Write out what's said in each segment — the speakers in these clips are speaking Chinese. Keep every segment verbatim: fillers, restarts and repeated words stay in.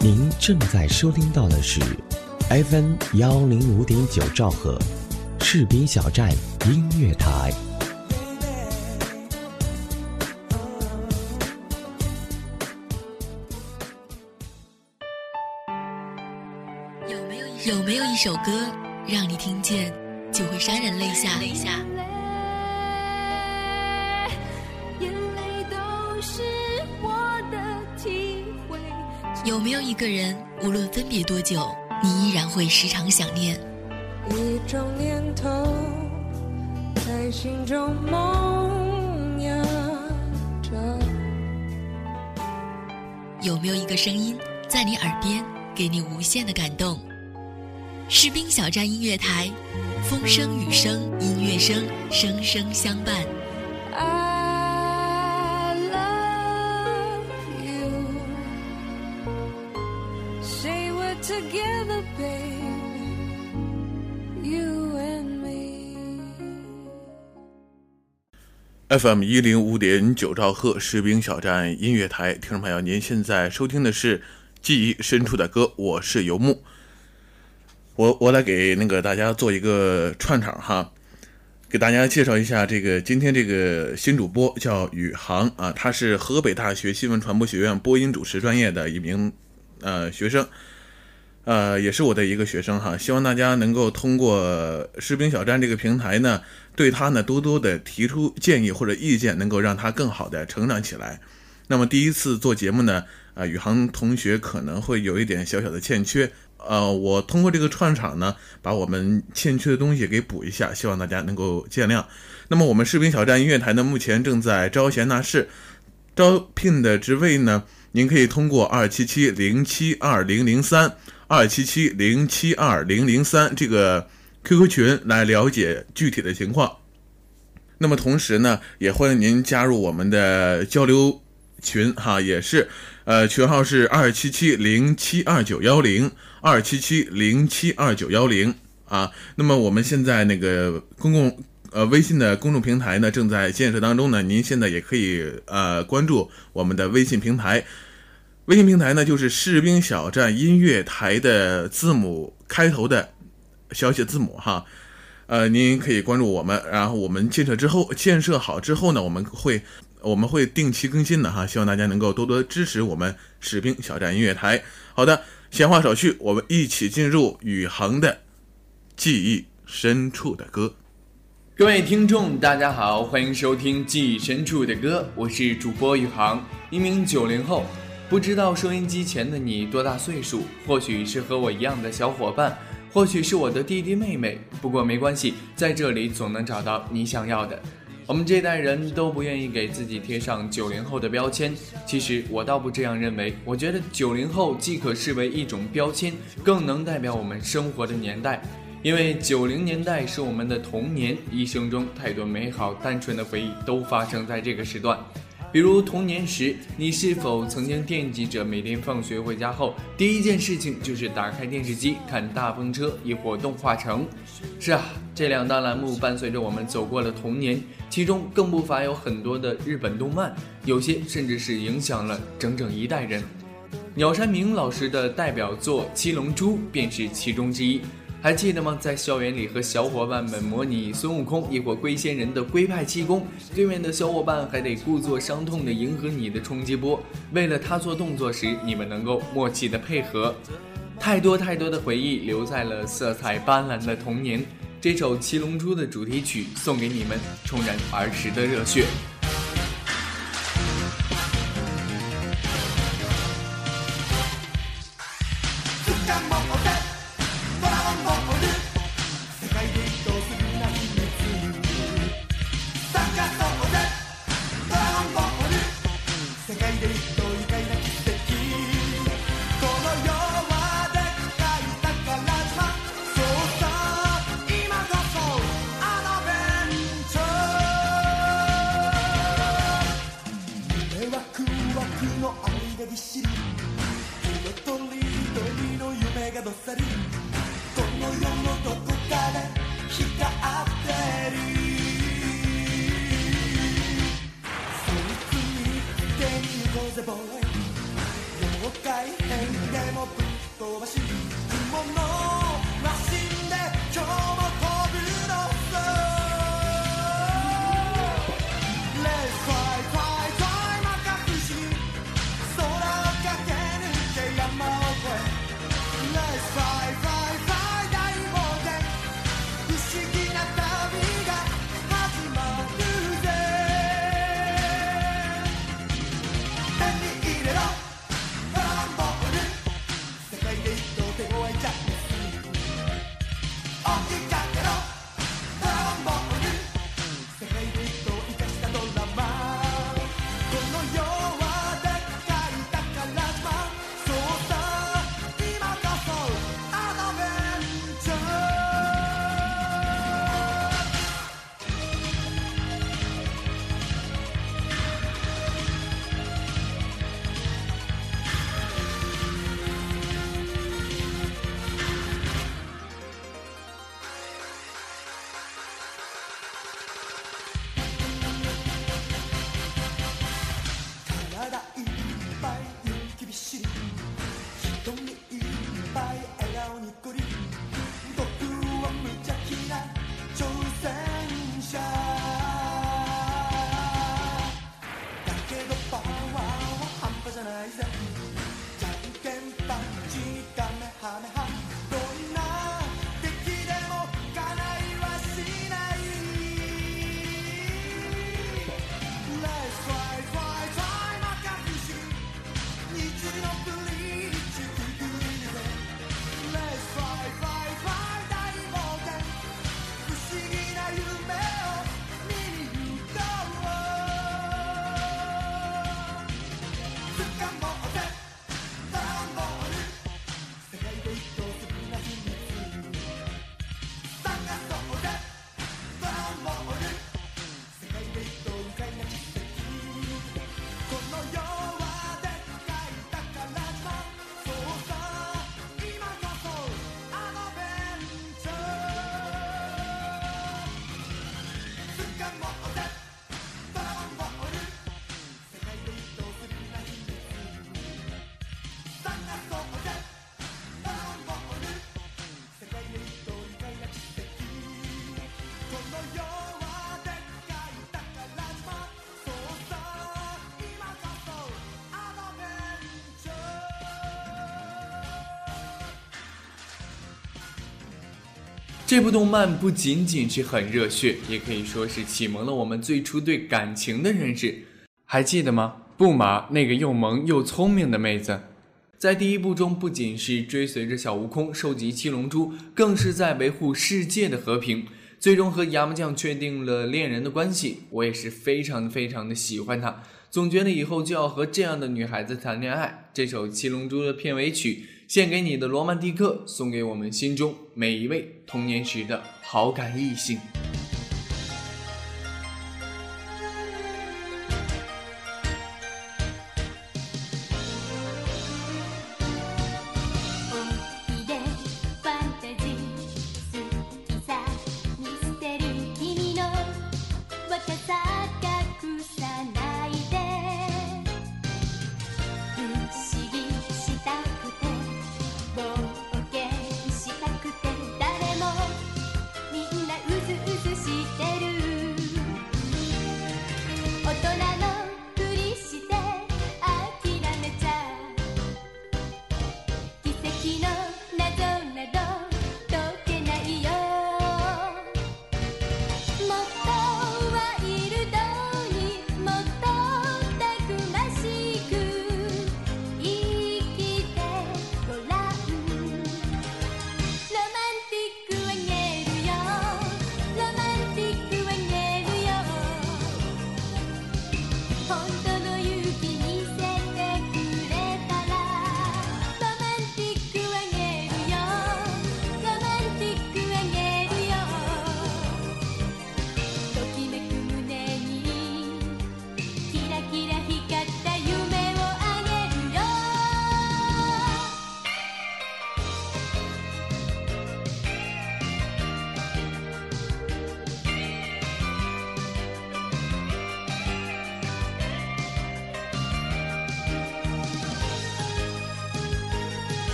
您正在收听到的是 F M 幺零五点九兆赫士兵小站音乐台。 有没有有没有一首歌让你听见就会潸然泪下？泪下。有没有一个人，无论分别多久，你依然会时常想念？ 一种念头在心中萌芽着。 有没有一个声音在你耳边，给你无限的感动？士兵小站音乐台，风声雨声音乐声，声声相伴。 Together, baby, you and me. F M 一零五点九兆赫士兵小站音乐台，听众朋友，您现在收听的是记忆深处的歌，我是游牧。我我来给那个大家做一个串场哈，给大家介绍一下这个今天这个新主播叫宇航啊，他是河北大学新闻传播学院播音主持专业的一名呃学生。呃，也是我的一个学生哈，希望大家能够通过士兵小站这个平台呢，对他呢多多的提出建议或者意见，能够让他更好的成长起来。那么第一次做节目呢，啊、呃，宇航同学可能会有一点小小的欠缺，呃，我通过这个串场呢，把我们欠缺的东西给补一下，希望大家能够见谅。那么我们士兵小站音乐台呢，目前正在招贤纳士，招聘的职位呢，您可以通过二七七零七二零零三。二七七零七二零零三这个 Q Q 群来了解具体的情况。那么同时呢，也欢迎您加入我们的交流群哈，也是呃群号是二七七零七二九一零 二七七零七二九一零啊。那么我们现在那个公共呃微信的公众平台呢正在建设当中呢，您现在也可以呃关注我们的微信平台。微信平台呢，就是士兵小站音乐台的字母开头的小写字母哈，呃，您可以关注我们，然后我们建设之后，建设好之后呢，我们会我们会定期更新的哈，希望大家能够多多支持我们士兵小站音乐台。好的，闲话少叙，我们一起进入宇航的记忆深处的歌。 各位听众大家好，欢迎收听记忆深处的歌，我是主播宇航，一名九零后。不知道收音机前的你多大岁数，或许是和我一样的小伙伴，或许是我的弟弟妹妹，不过没关系，在这里总能找到你想要的。我们这代人都不愿意给自己贴上九零后的标签，其实我倒不这样认为，我觉得九零后既可视为一种标签，更能代表我们生活的年代。因为九零年代是我们的童年，一生中太多美好单纯的回忆都发生在这个时段。比如童年时，你是否曾经惦记着每天放学回家后第一件事情就是打开电视机看大风车亦或动画城？是啊，这两大栏目伴随着我们走过了童年，其中更不乏有很多的日本动漫，有些甚至是影响了整整一代人。鸟山明老师的代表作《七龙珠》便是其中之一。还记得吗？在校园里和小伙伴们模拟孙悟空亦或龟仙人的龟派气功，对面的小伙伴还得故作伤痛地迎合你的冲击波，为了他做动作时你们能够默契地配合。太多太多的回忆留在了色彩斑斓的童年，这首《七龙珠》的主题曲送给你们，重燃儿时的热血。 海変でもぶっ飛ばし雲のマシンで今日も飛ぶのさ Let's fly fly fly 摩訶不思議空を駆け抜け山を越え Let's fly fly fly 大冒険不思議な旅が始まるぜ手に入れろトランボール世界で一等手強いジャック追いかけろトランボール世界で一等生かしたドラマこの世はでっかい宝島そうさ今こそアドベンチャー体いっぱい勇気びっしり瞳いっぱい笑顔にこり僕は無邪気な挑戦者だけどパワーは半端じゃないぜじゃんけんパンチにカメハメハどんな敵でもかないはしない Let's fly fly fly 摩訶不思議虹のブリッジくぐり抜け Let's fly fly fly 大冒険不思議な夢を見に行こう掴もうぜトランボール世界で一等するな秘密探そうぜトランボール世界で一等愉快な奇跡この世はでっかい宝島そうさ今こそアドベンチャー掴もうぜトランボール世界で一等するな秘密探そうぜトランボール世界で一等愉快な奇跡この世はでっかい宝島そうさ今こそアドベンチャー这部动漫不仅仅是很热血，也可以说是启蒙了我们最初对感情的认识。还记得吗？布玛那个又萌又聪明的妹子，在第一部中不仅是追随着小悟空收集七龙珠，更是在维护世界的和平，最终和牙木匠确定了恋人的关系。我也是非常非常的喜欢她，总觉得以后就要和这样的女孩子谈恋爱。这首七龙珠的片尾曲献给你的罗曼蒂克，送给我们心中每一位童年时的好感异性。 大きでファンタジー好きさ見捨てる君の若さ隠さないで不思議したくて冒険したくて誰もみんなうずうず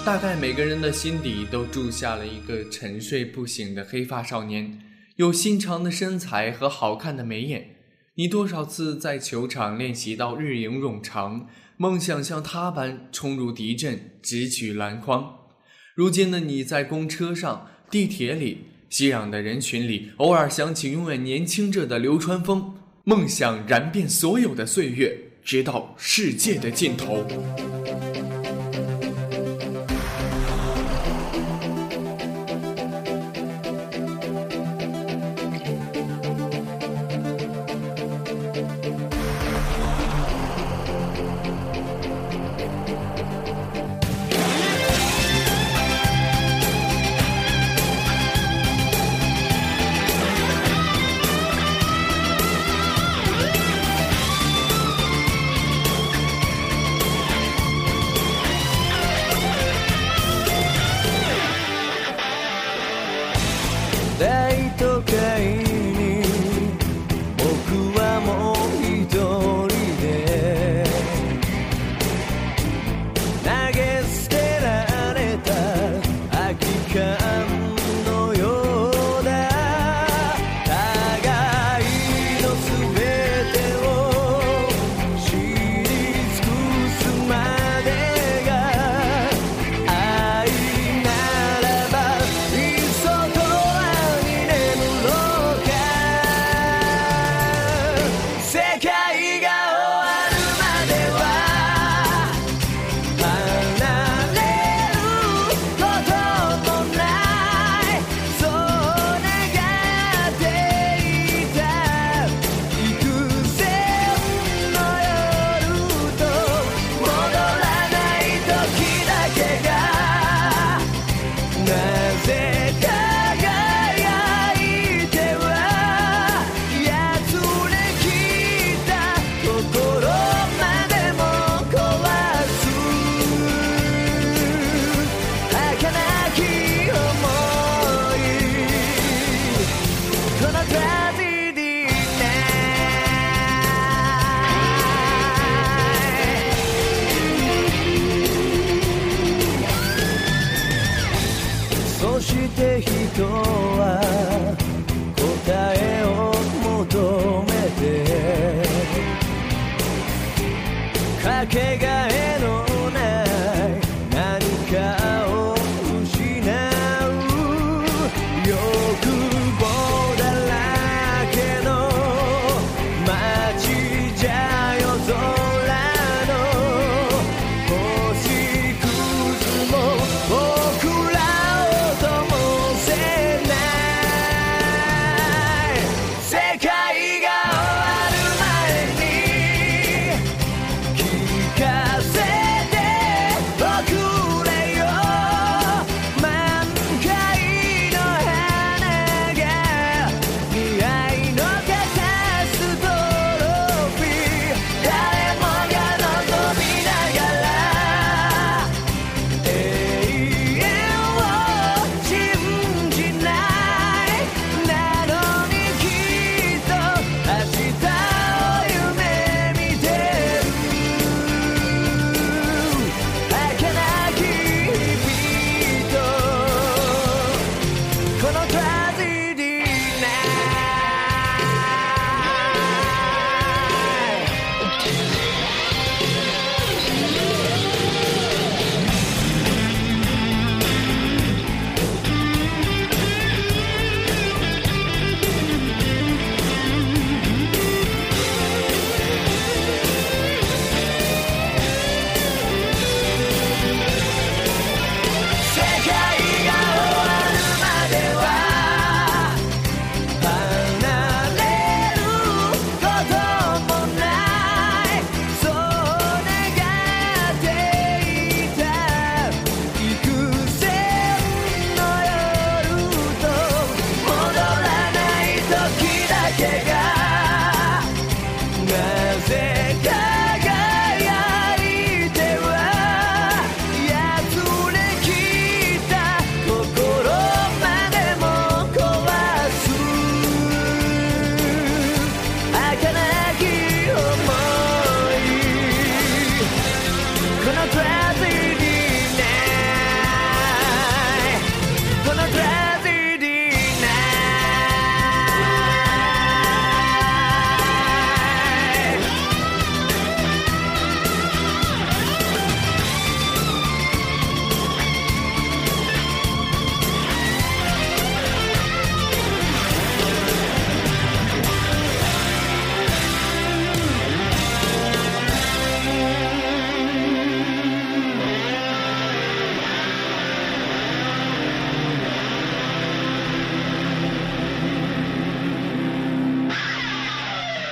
大概每个人的心底都住下了一个沉睡不醒的黑发少年，有心长的身材和好看的眉眼。你多少次在球场练习到日影冗长，梦想像他般冲入敌阵，直取篮筐。如今的你在公车上、地铁里、熙攘的人群里，偶尔想起永远年轻着的流川枫，梦想燃遍所有的岁月，直到世界的尽头。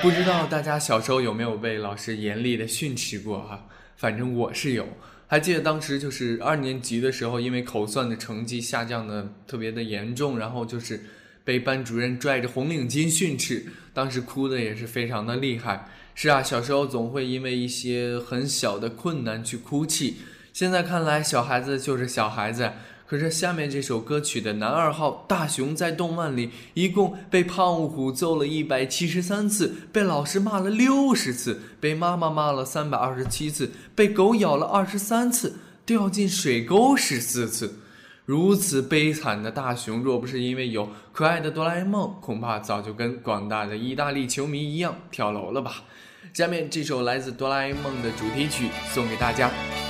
不知道大家小时候有没有被老师严厉的训斥过啊？反正我是有。还记得当时就是二年级的时候，因为口算的成绩下降的特别的严重，然后就是被班主任拽着红领巾训斥，当时哭的也是非常的厉害。是啊，小时候总会因为一些很小的困难去哭泣。现在看来，小孩子就是小孩子。可是下面这首歌曲的男二号大雄在动漫里一共被胖虎揍了一百七十三次，被老师骂了六十次，被妈妈骂了三百二十七次，被狗咬了二十三次，掉进水沟十四次。如此悲惨的大雄，若不是因为有可爱的哆啦 A 梦，恐怕早就跟广大的意大利球迷一样跳楼了吧。下面这首来自哆啦 A 梦的主题曲送给大家。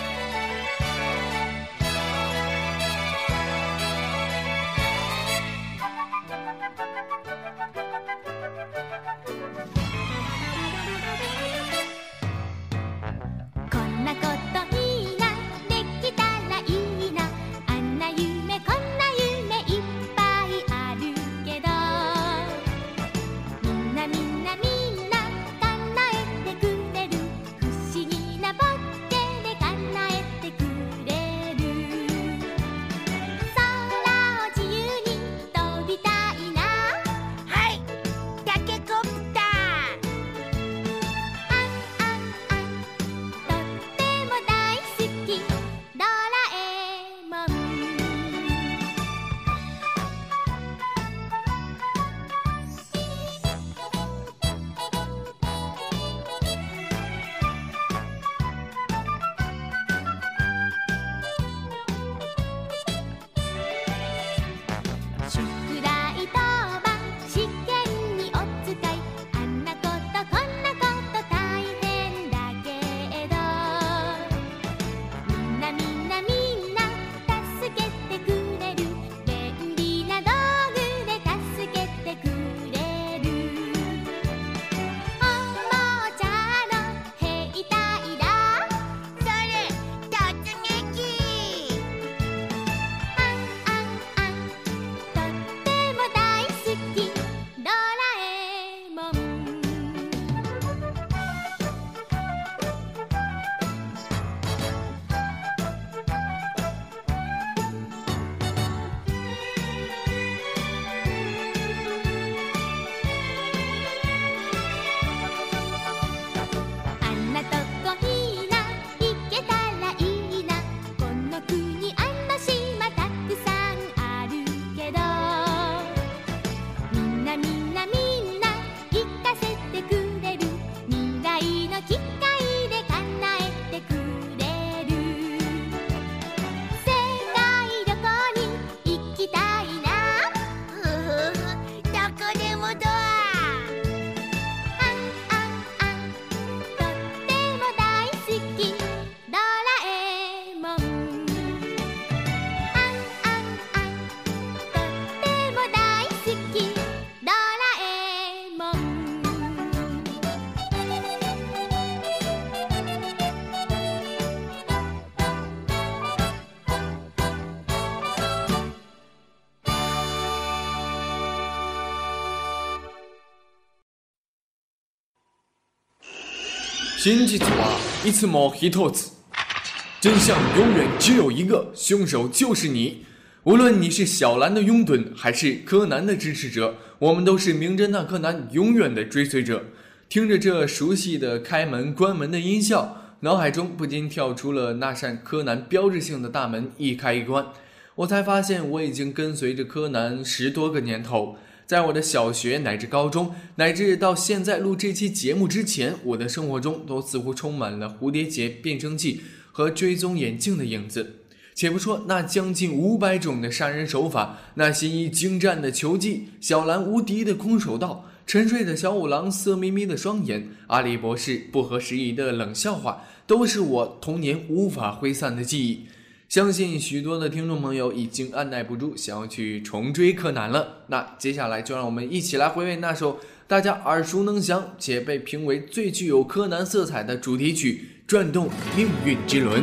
真実はいつも一つ，真相永远只有一个，凶手就是你。无论你是小兰的拥趸，还是柯南的支持者，我们都是名侦探柯南永远的追随者。听着这熟悉的开门关门的音效，脑海中不禁跳出了那扇柯南标志性的大门一开一关。我才发现我已经跟随着柯南十多个年头。在我的小学乃至高中，乃至到现在录这期节目之前，我的生活中都似乎充满了蝴蝶结、变声器和追踪眼镜的影子。且不说那将近五百种的杀人手法，那新一精湛的球技，小兰无敌的空手道，沉睡的小五郎色眯眯的双眼，阿笠博士不合时宜的冷笑话，都是我童年无法挥散的记忆。相信许多的听众朋友已经按耐不住想要去重追柯南了，那接下来就让我们一起来回味那首大家耳熟能详且被评为最具有柯南色彩的主题曲《转动命运之轮》。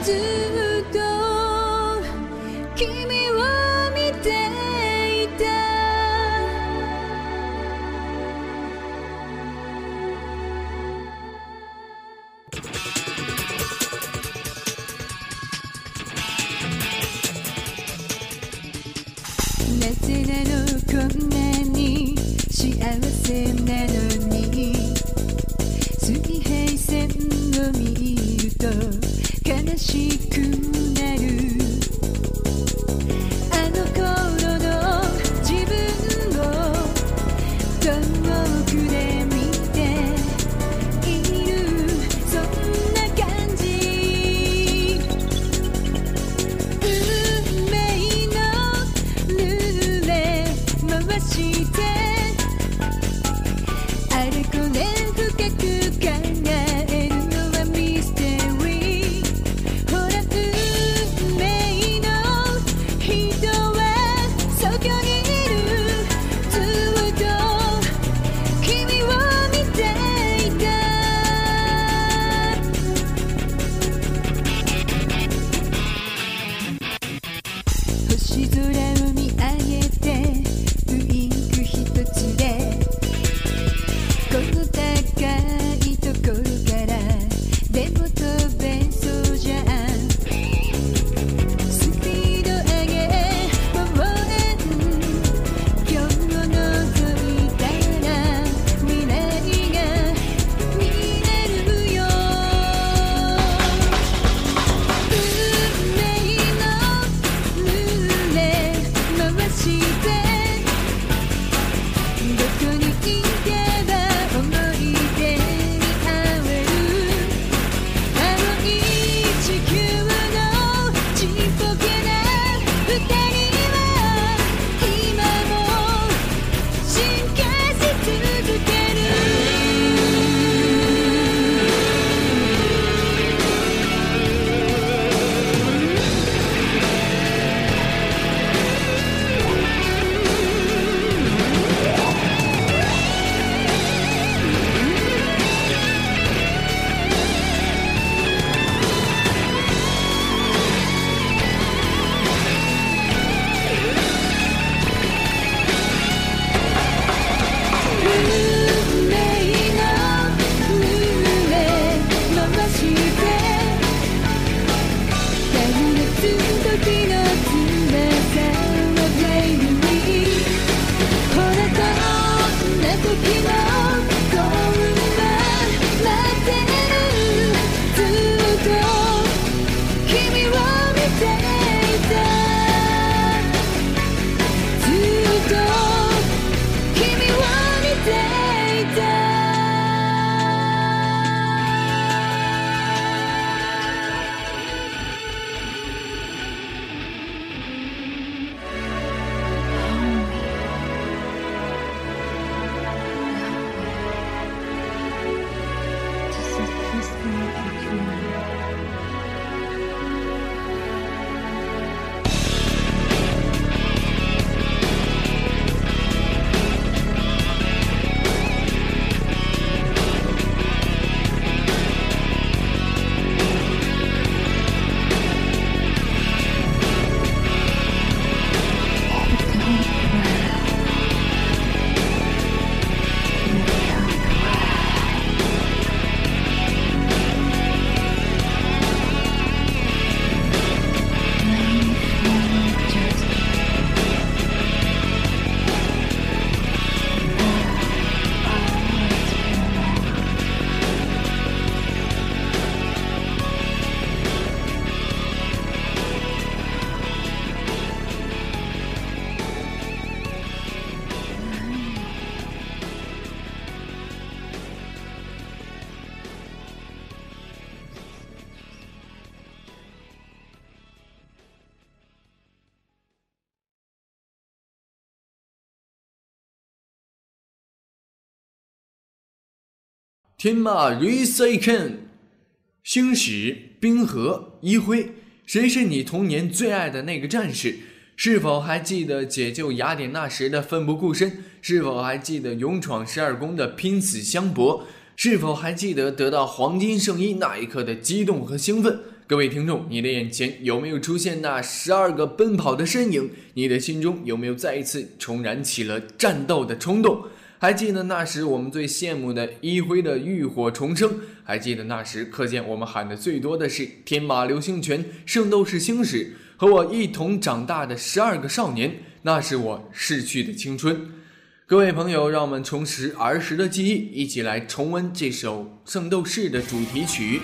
ずっと君を見ていたなぜなのこんなに幸せなのに水平線を見ると悲しくなるあの頃の自分を遠くで見ているそんな感じ運命のルーレ回してあれこれ深く考えるのはミステリーほら運命の人はそこにいるずっと君を見ていた星空を見上げてウインク一つでこの高いところからでも飛べそうじゃんスピード上げ望遠今日を覗いたら未来が見えるよ運命のルーレ回してどこに行けば思い出に会える青い地球のちっぽけな二人は今も進化し続ける運命のルーレ回して旅立つ時の翼をブレイブにほらこんな時の幸運が待ってるずっと君を見ていたずっと君を見ていた天马 Recycle 星矢、冰河、一辉，谁是你童年最爱的那个战士？是否还记得解救雅典娜时的奋不顾身？是否还记得勇闯十二宫的拼死相搏？是否还记得得到黄金圣衣那一刻的激动和兴奋？ 各位听众，你的眼前有没有出现那十二个奔跑的身影？你的心中有没有再一次重燃起了战斗的冲动？还记得那时我们最羡慕的一辉的浴火重生？还记得那时课间我们喊的最多的是天马流星拳、圣斗士星矢，和我一同长大的十二个少年，那是我逝去的青春。各位朋友，让我们重拾儿时的记忆，一起来重温这首圣斗士的主题曲。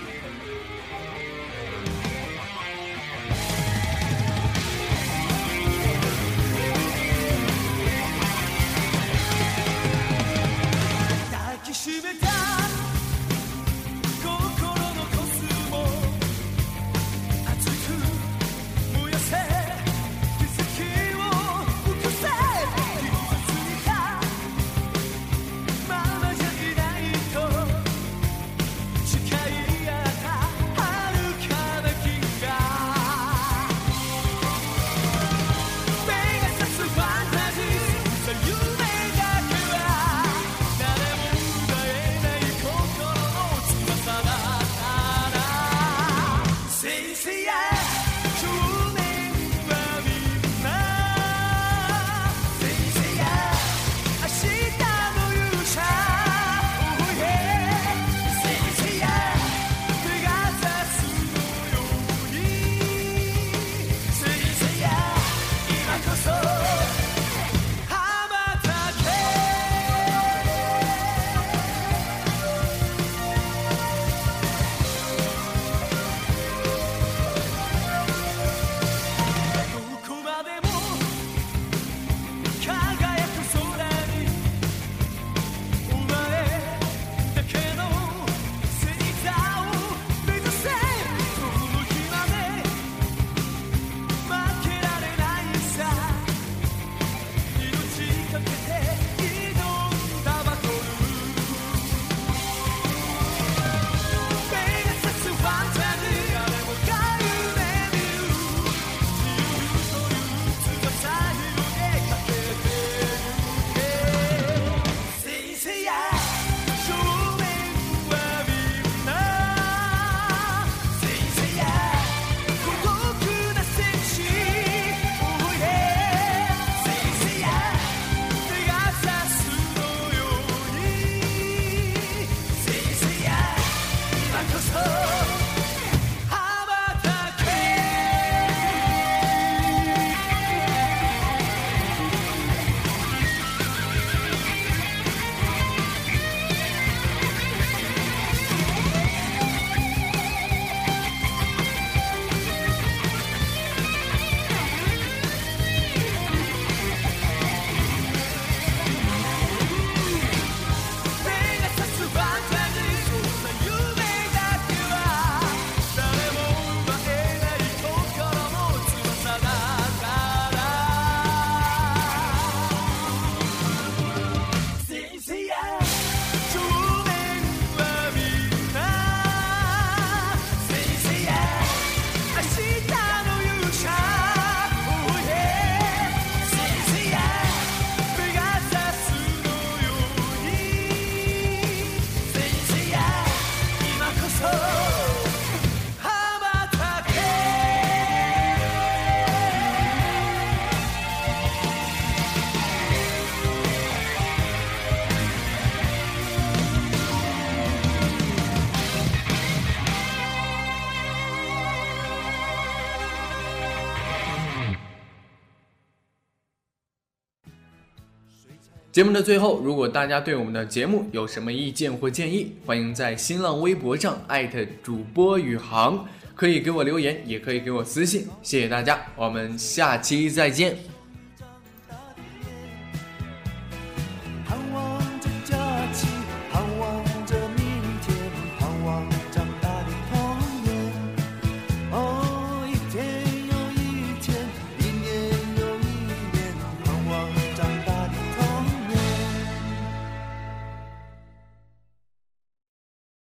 节目的最后，如果大家对我们的节目有什么意见或建议，欢迎在新浪微博上艾特主播宇航，可以给我留言，也可以给我私信。谢谢大家，我们下期再见。